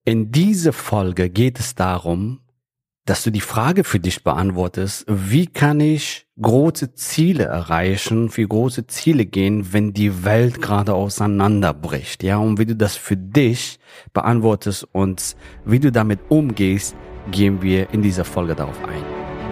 In dieser Folge geht es darum, dass du die Frage für dich beantwortest, wie kann ich große Ziele erreichen, für große Ziele gehen, wenn die Welt gerade auseinanderbricht, ja, und wie du das für dich beantwortest und wie du damit umgehst, gehen wir in dieser Folge darauf ein.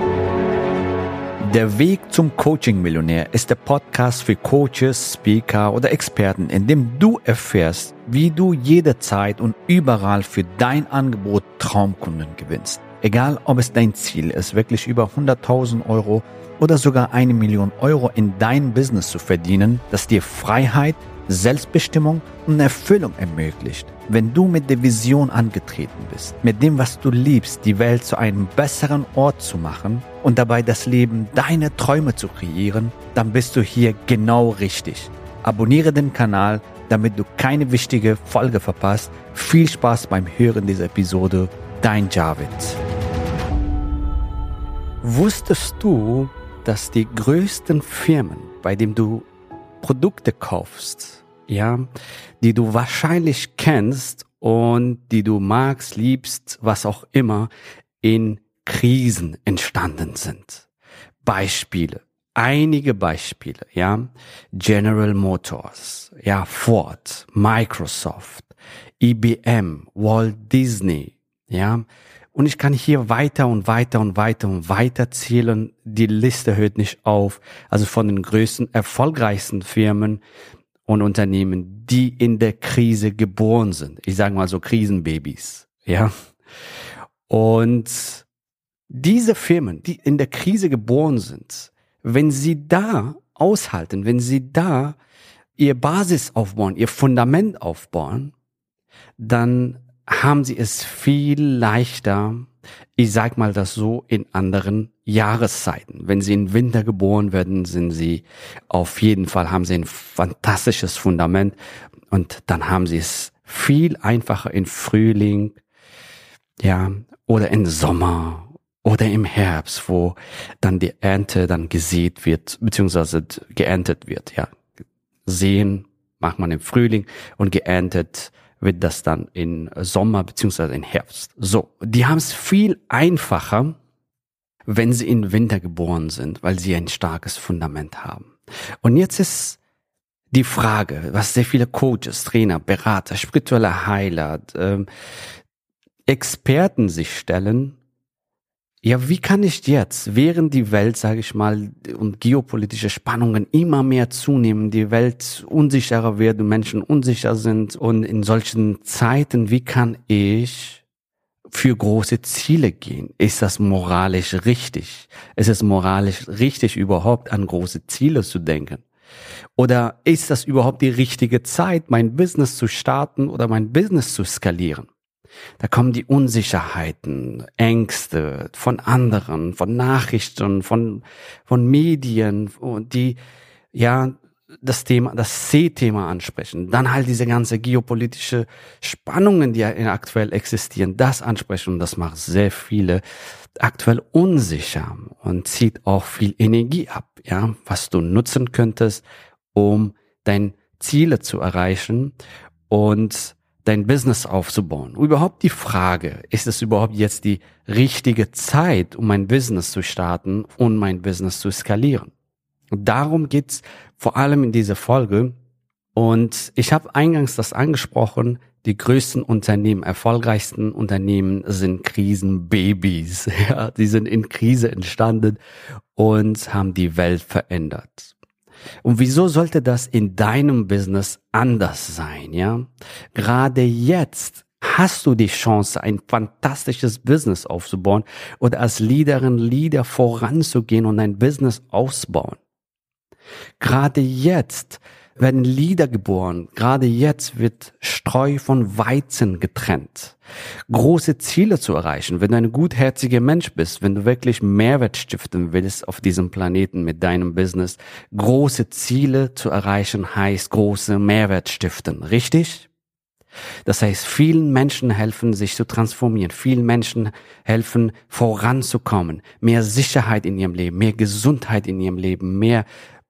Der Weg zum Coaching-Millionär ist der Podcast für Coaches, Speaker oder Experten, in dem du erfährst, wie du jederzeit und überall für dein Angebot Traumkunden gewinnst. Egal, ob es dein Ziel ist, wirklich über 100.000 Euro oder sogar 1 Million Euro in dein Business zu verdienen, das dir Freiheit, Selbstbestimmung und Erfüllung ermöglicht. Wenn du mit der Vision angetreten bist, mit dem, was du liebst, die Welt zu einem besseren Ort zu machen und dabei das Leben deiner Träume zu kreieren, dann bist du hier genau richtig. Abonniere den Kanal, damit du keine wichtige Folge verpasst. Viel Spaß beim Hören dieser Episode. Dein Javid. Wusstest du, dass die größten Firmen, bei denen du Produkte kaufst, ja, die du wahrscheinlich kennst und die du magst, liebst, was auch immer, in Krisen entstanden sind? Beispiele, einige Beispiele, ja, General Motors, ja, Ford, Microsoft, IBM, Walt Disney, ja, und ich kann hier weiter und weiter und weiter und weiter zählen. Die Liste hört nicht auf. Also von den größten, erfolgreichsten Firmen und Unternehmen, die in der Krise geboren sind. Ich sage mal so Krisenbabys, ja. Und diese Firmen, die in der Krise geboren sind, wenn sie da aushalten, wenn sie da ihr Basis aufbauen, ihr Fundament aufbauen, dann haben sie es viel leichter, ich sag mal das so, in anderen Jahreszeiten. Wenn sie im Winter geboren werden, sind sie auf jeden Fall, haben sie ein fantastisches Fundament und dann haben sie es viel einfacher im Frühling, ja, oder im Sommer oder im Herbst, wo dann die Ernte dann gesät wird, beziehungsweise geerntet wird, ja. Säen macht man im Frühling und geerntet wird das dann in Sommer beziehungsweise in Herbst. So, die haben es viel einfacher, wenn sie im Winter geboren sind, weil sie ein starkes Fundament haben. Und jetzt ist die Frage, was sehr viele Coaches, Trainer, Berater, spirituelle Heiler, Experten sich stellen: Ja, wie kann ich jetzt, während die Welt, sage ich mal, und geopolitische Spannungen immer mehr zunehmen, die Welt unsicherer wird und Menschen unsicher sind, und in solchen Zeiten, wie kann ich für große Ziele gehen? Ist das moralisch richtig? Ist es moralisch richtig, überhaupt an große Ziele zu denken? Oder ist das überhaupt die richtige Zeit, mein Business zu starten oder mein Business zu skalieren? Da kommen die Unsicherheiten, Ängste von anderen, von Nachrichten, von Medien, die ja das C-Thema ansprechen. Dann halt diese ganze geopolitische Spannungen, die ja aktuell existieren, das ansprechen. Und das macht sehr viele aktuell unsicher und zieht auch viel Energie ab, ja, was du nutzen könntest, um deine Ziele zu erreichen und dein Business aufzubauen. Überhaupt die Frage, ist es überhaupt jetzt die richtige Zeit, um mein Business zu starten und mein Business zu skalieren? Und darum geht's vor allem in dieser Folge. Und ich habe eingangs das angesprochen, die größten Unternehmen, erfolgreichsten Unternehmen sind Krisenbabys. Ja, die sind in Krise entstanden und haben die Welt verändert. Und wieso sollte das in deinem Business anders sein, ja? Gerade jetzt hast du die Chance, ein fantastisches Business aufzubauen oder als Leader voranzugehen und ein Business ausbauen. Gerade jetzt werden Leader geboren. Gerade jetzt wird Streu von Weizen getrennt. Große Ziele zu erreichen, wenn du ein gutherziger Mensch bist, wenn du wirklich Mehrwert stiften willst auf diesem Planeten mit deinem Business, große Ziele zu erreichen heißt große Mehrwert stiften, richtig? Das heißt, vielen Menschen helfen, sich zu transformieren. Vielen Menschen helfen, voranzukommen. Mehr Sicherheit in ihrem Leben, mehr Gesundheit in ihrem Leben, mehr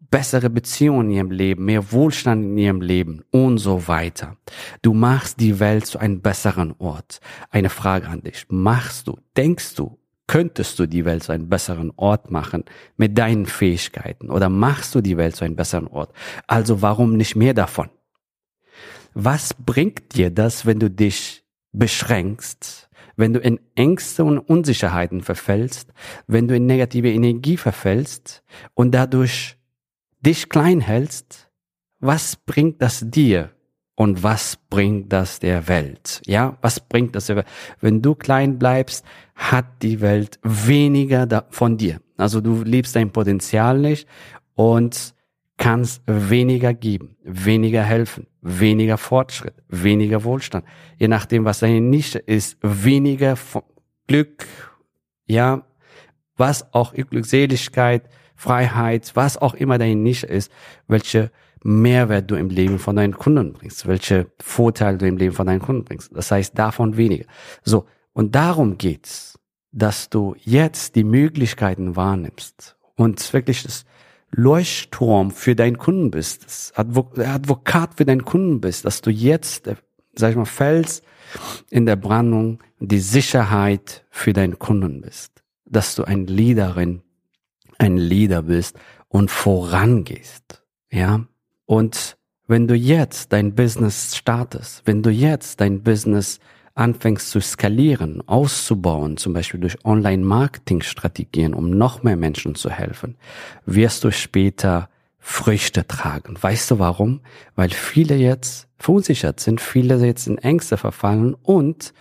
bessere Beziehungen in ihrem Leben, mehr Wohlstand in ihrem Leben und so weiter. Du machst die Welt zu einem besseren Ort. Eine Frage an dich. Denkst du, könntest du die Welt zu einem besseren Ort machen mit deinen Fähigkeiten? Oder machst du die Welt zu einem besseren Ort? Also warum nicht mehr davon? Was bringt dir das, wenn du dich beschränkst, wenn du in Ängste und Unsicherheiten verfällst, wenn du in negative Energie verfällst und dadurch dich klein hältst? Was bringt das dir und was bringt das der Welt? Ja, was bringt das der Welt? Wenn du klein bleibst, hat die Welt weniger von dir. Also du lebst dein Potenzial nicht und kannst weniger geben, weniger helfen, weniger Fortschritt, weniger Wohlstand. Je nachdem, was deine Nische ist, weniger Glück, ja, was auch Glückseligkeit, Freiheit, was auch immer deine Nische ist, welche Mehrwert du im Leben von deinen Kunden bringst, welche Vorteile du im Leben von deinen Kunden bringst. Das heißt, davon weniger. So, und darum geht's, dass du jetzt die Möglichkeiten wahrnimmst und wirklich das Leuchtturm für deinen Kunden bist, das Advokat für deinen Kunden bist, dass du jetzt, Fels in der Brandung, die Sicherheit für deinen Kunden bist, dass du ein Leader bist und vorangehst, ja. Und wenn du jetzt dein Business startest, wenn du jetzt dein Business anfängst zu skalieren, auszubauen, zum Beispiel durch Online-Marketing-Strategien, um noch mehr Menschen zu helfen, wirst du später Früchte tragen. Weißt du warum? Weil viele jetzt verunsichert sind, viele jetzt in Ängste verfallen und,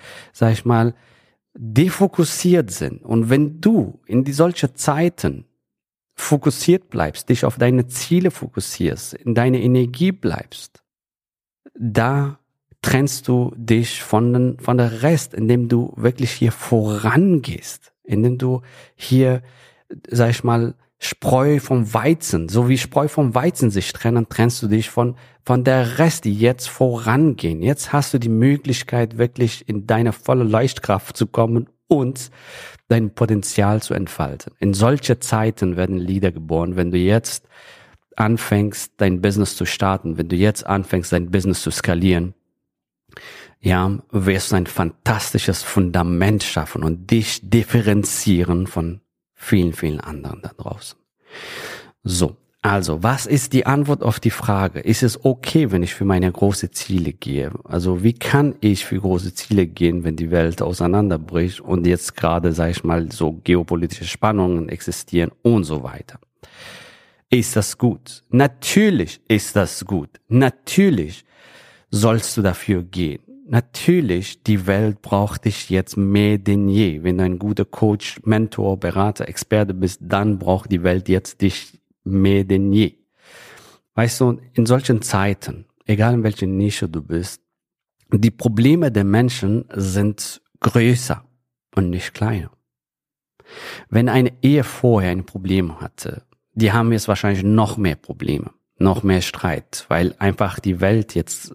defokussiert sind. Und wenn du in solche Zeiten fokussiert bleibst, dich auf deine Ziele fokussierst, in deine Energie bleibst, da trennst du dich von der Rest, indem du wirklich hier vorangehst, indem du hier, Spreu vom Weizen, so wie Spreu vom Weizen sich trennen, trennst du dich von der Rest, die jetzt vorangehen. Jetzt hast du die Möglichkeit, wirklich in deine volle Leuchtkraft zu kommen und dein Potenzial zu entfalten. In solche Zeiten werden Leader geboren, wenn du jetzt anfängst, dein Business zu starten, wenn du jetzt anfängst, dein Business zu skalieren, ja, wirst du ein fantastisches Fundament schaffen und dich differenzieren von vielen, vielen anderen da draußen. So, also, was ist die Antwort auf die Frage? Ist es okay, wenn ich für meine großen Ziele gehe? Also, wie kann ich für große Ziele gehen, wenn die Welt auseinanderbricht und jetzt gerade, so geopolitische Spannungen existieren und so weiter? Ist das gut? Natürlich ist das gut. Natürlich sollst du dafür gehen. Natürlich, die Welt braucht dich jetzt mehr denn je. Wenn du ein guter Coach, Mentor, Berater, Experte bist, dann braucht die Welt jetzt dich mehr denn je. Weißt du, in solchen Zeiten, egal in welcher Nische du bist, die Probleme der Menschen sind größer und nicht kleiner. Wenn eine Ehe vorher ein Problem hatte, die haben jetzt wahrscheinlich noch mehr Probleme. Noch mehr Streit, weil einfach die Welt jetzt,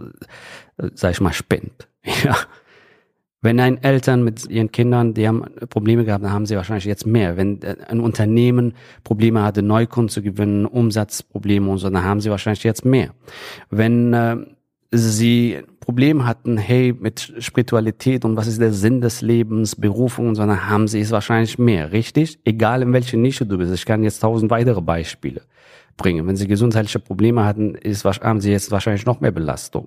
spinnt. Ja. Wenn ein Eltern mit ihren Kindern, die haben Probleme gehabt, dann haben sie wahrscheinlich jetzt mehr. Wenn ein Unternehmen Probleme hatte, Neukunden zu gewinnen, Umsatzprobleme und so, dann haben sie wahrscheinlich jetzt mehr. Wenn sie Probleme hatten, mit Spiritualität und was ist der Sinn des Lebens, Berufung und so, dann haben sie es wahrscheinlich mehr, richtig? Egal in welche Nische du bist. Ich kann jetzt 1000 weitere Beispiele bringen. Wenn sie gesundheitliche Probleme hatten, haben sie jetzt wahrscheinlich noch mehr Belastung.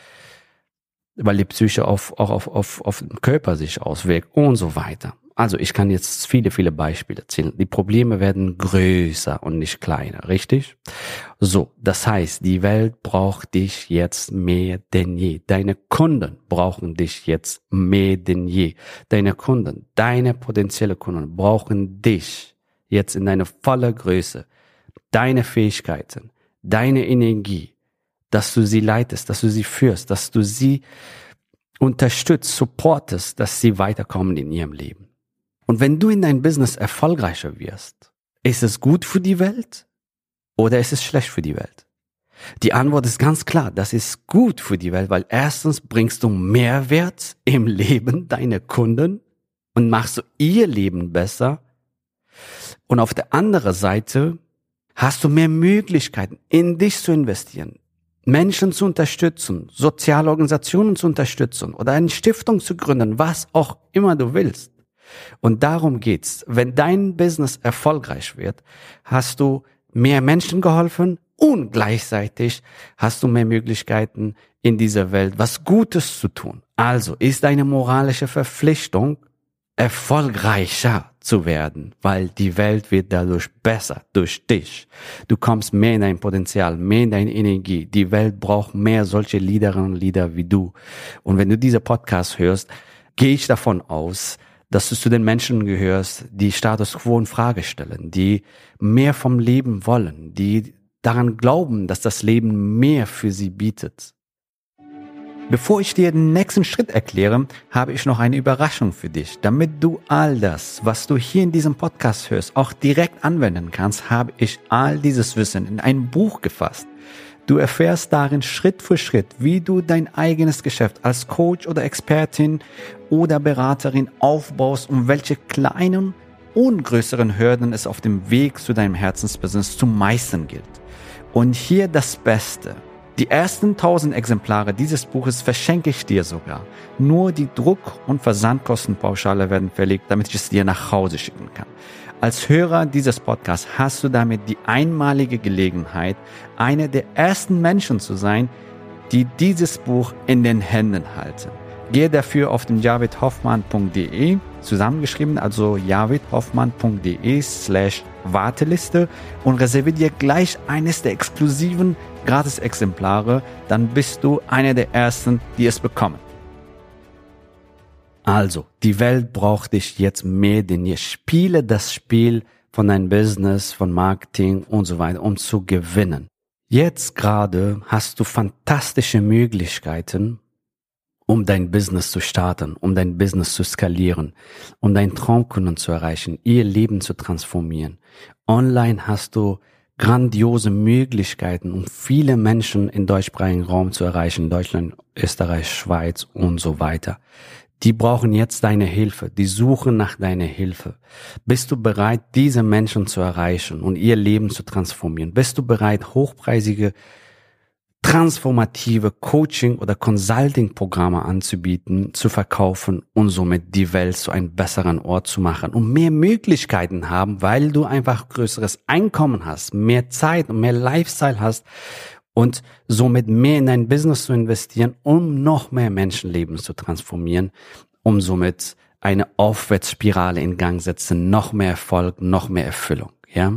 Weil die Psyche auch auf den Körper sich auswirkt und so weiter. Also ich kann jetzt viele, viele Beispiele erzählen. Die Probleme werden größer und nicht kleiner, richtig? So, das heißt, die Welt braucht dich jetzt mehr denn je. Deine Kunden brauchen dich jetzt mehr denn je. Deine Kunden, deine potenzielle Kunden brauchen dich jetzt in deine volle Größe. Deine Fähigkeiten, deine Energie, dass du sie leitest, dass du sie führst, dass du sie unterstützt, supportest, dass sie weiterkommen in ihrem Leben. Und wenn du in deinem Business erfolgreicher wirst, ist es gut für die Welt oder ist es schlecht für die Welt? Die Antwort ist ganz klar, das ist gut für die Welt, weil erstens bringst du Mehrwert im Leben deiner Kunden und machst du ihr Leben besser. Und auf der anderen Seite hast du mehr Möglichkeiten, in dich zu investieren, Menschen zu unterstützen, soziale Organisationen zu unterstützen oder eine Stiftung zu gründen, was auch immer du willst. Und darum geht's. Wenn dein Business erfolgreich wird, hast du mehr Menschen geholfen und gleichzeitig hast du mehr Möglichkeiten in dieser Welt, was Gutes zu tun. Also ist deine moralische Verpflichtung, erfolgreicher zu werden, weil die Welt wird dadurch besser, durch dich. Du kommst mehr in dein Potenzial, mehr in deine Energie. Die Welt braucht mehr solche Leaderinnen und Leader wie du. Und wenn du diese Podcast hörst, gehe ich davon aus, dass du zu den Menschen gehörst, die Status Quo in Frage stellen, die mehr vom Leben wollen, die daran glauben, dass das Leben mehr für sie bietet. Bevor ich dir den nächsten Schritt erkläre, habe ich noch eine Überraschung für dich. Damit du all das, was du hier in diesem Podcast hörst, auch direkt anwenden kannst, habe ich all dieses Wissen in ein Buch gefasst. Du erfährst darin Schritt für Schritt, wie du dein eigenes Geschäft als Coach oder Expertin oder Beraterin aufbaust und welche kleinen und größeren Hürden es auf dem Weg zu deinem Herzensbusiness zu meistern gilt. Und hier das Beste. Die ersten 1000 Exemplare dieses Buches verschenke ich dir sogar. Nur die Druck- und Versandkostenpauschale werden verlegt, damit ich es dir nach Hause schicken kann. Als Hörer dieses Podcasts hast du damit die einmalige Gelegenheit, einer der ersten Menschen zu sein, die dieses Buch in den Händen halten. Gehe dafür auf den javidhoffmann.de, zusammengeschrieben, also javidhoffmann.de/Warteliste und reserviere dir gleich eines der exklusiven Gratis-Exemplare, dann bist du einer der Ersten, die es bekommen. Also, die Welt braucht dich jetzt mehr denn je. Spiele das Spiel von deinem Business, von Marketing und so weiter, um zu gewinnen. Jetzt gerade hast du fantastische Möglichkeiten, um dein Business zu starten, um dein Business zu skalieren, um deinen Traumkunden zu erreichen, ihr Leben zu transformieren. Online hast du grandiose Möglichkeiten, um viele Menschen im deutschsprachigen Raum zu erreichen, Deutschland, Österreich, Schweiz und so weiter. Die brauchen jetzt deine Hilfe, die suchen nach deiner Hilfe. Bist du bereit, diese Menschen zu erreichen und ihr Leben zu transformieren? Bist du bereit, hochpreisige, transformative Coaching- oder Consulting-Programme anzubieten, zu verkaufen und somit die Welt zu einem besseren Ort zu machen und mehr Möglichkeiten haben, weil du einfach größeres Einkommen hast, mehr Zeit und mehr Lifestyle hast und somit mehr in dein Business zu investieren, um noch mehr Menschenleben zu transformieren, um somit eine Aufwärtsspirale in Gang setzen, noch mehr Erfolg, noch mehr Erfüllung, ja?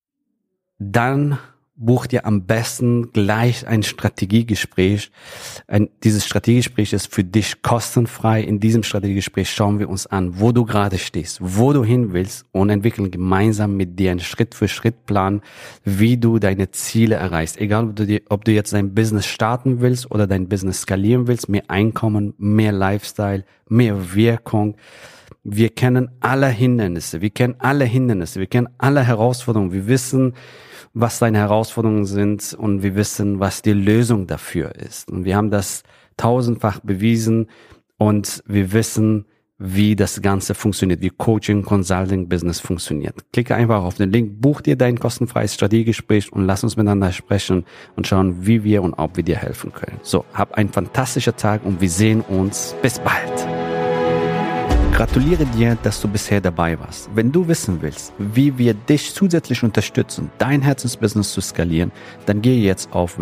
Dann buch dir am besten gleich ein Strategiegespräch. Dieses Strategiegespräch ist für dich kostenfrei. In diesem Strategiegespräch schauen wir uns an, wo du gerade stehst, wo du hin willst und entwickeln gemeinsam mit dir einen Schritt-für-Schritt-Plan, wie du deine Ziele erreichst. Egal, ob du jetzt dein Business starten willst oder dein Business skalieren willst, mehr Einkommen, mehr Lifestyle, mehr Wirkung. Wir kennen alle Hindernisse, wir kennen alle Herausforderungen. Wir wissen, was deine Herausforderungen sind und wir wissen, was die Lösung dafür ist. Und wir haben das tausendfach bewiesen und wir wissen, wie das Ganze funktioniert, wie Coaching, Consulting, Business funktioniert. Klicke einfach auf den Link, buch dir dein kostenfreies Strategiegespräch und lass uns miteinander sprechen und schauen, wie wir und ob wir dir helfen können. So, hab einen fantastischen Tag und wir sehen uns. Bis bald. Gratuliere dir, dass du bisher dabei warst. Wenn du wissen willst, wie wir dich zusätzlich unterstützen, dein Herzensbusiness zu skalieren, dann gehe jetzt auf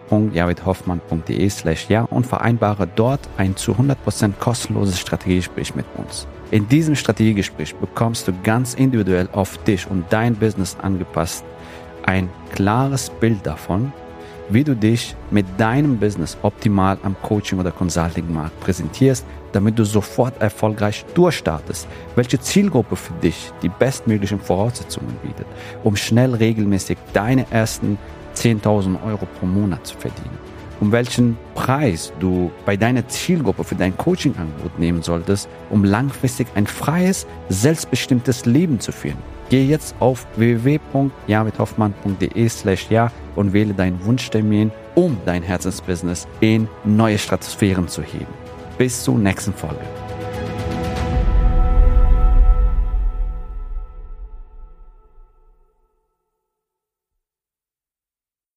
www.javidhoffmann.de/ja und vereinbare dort ein zu 100% kostenloses Strategiegespräch mit uns. In diesem Strategiegespräch bekommst du ganz individuell auf dich und dein Business angepasst ein klares Bild davon, wie du dich mit deinem Business optimal am Coaching- oder Consulting-Markt präsentierst, damit du sofort erfolgreich durchstartest, welche Zielgruppe für dich die bestmöglichen Voraussetzungen bietet, um schnell regelmäßig deine ersten 10.000 Euro pro Monat zu verdienen, um welchen Preis du bei deiner Zielgruppe für dein Coaching-Angebot nehmen solltest, um langfristig ein freies, selbstbestimmtes Leben zu führen. Geh jetzt auf www.javidhoffmann.de/ja und wähle deinen Wunschtermin, um dein Herzensbusiness in neue Stratosphären zu heben. Bis zur nächsten Folge.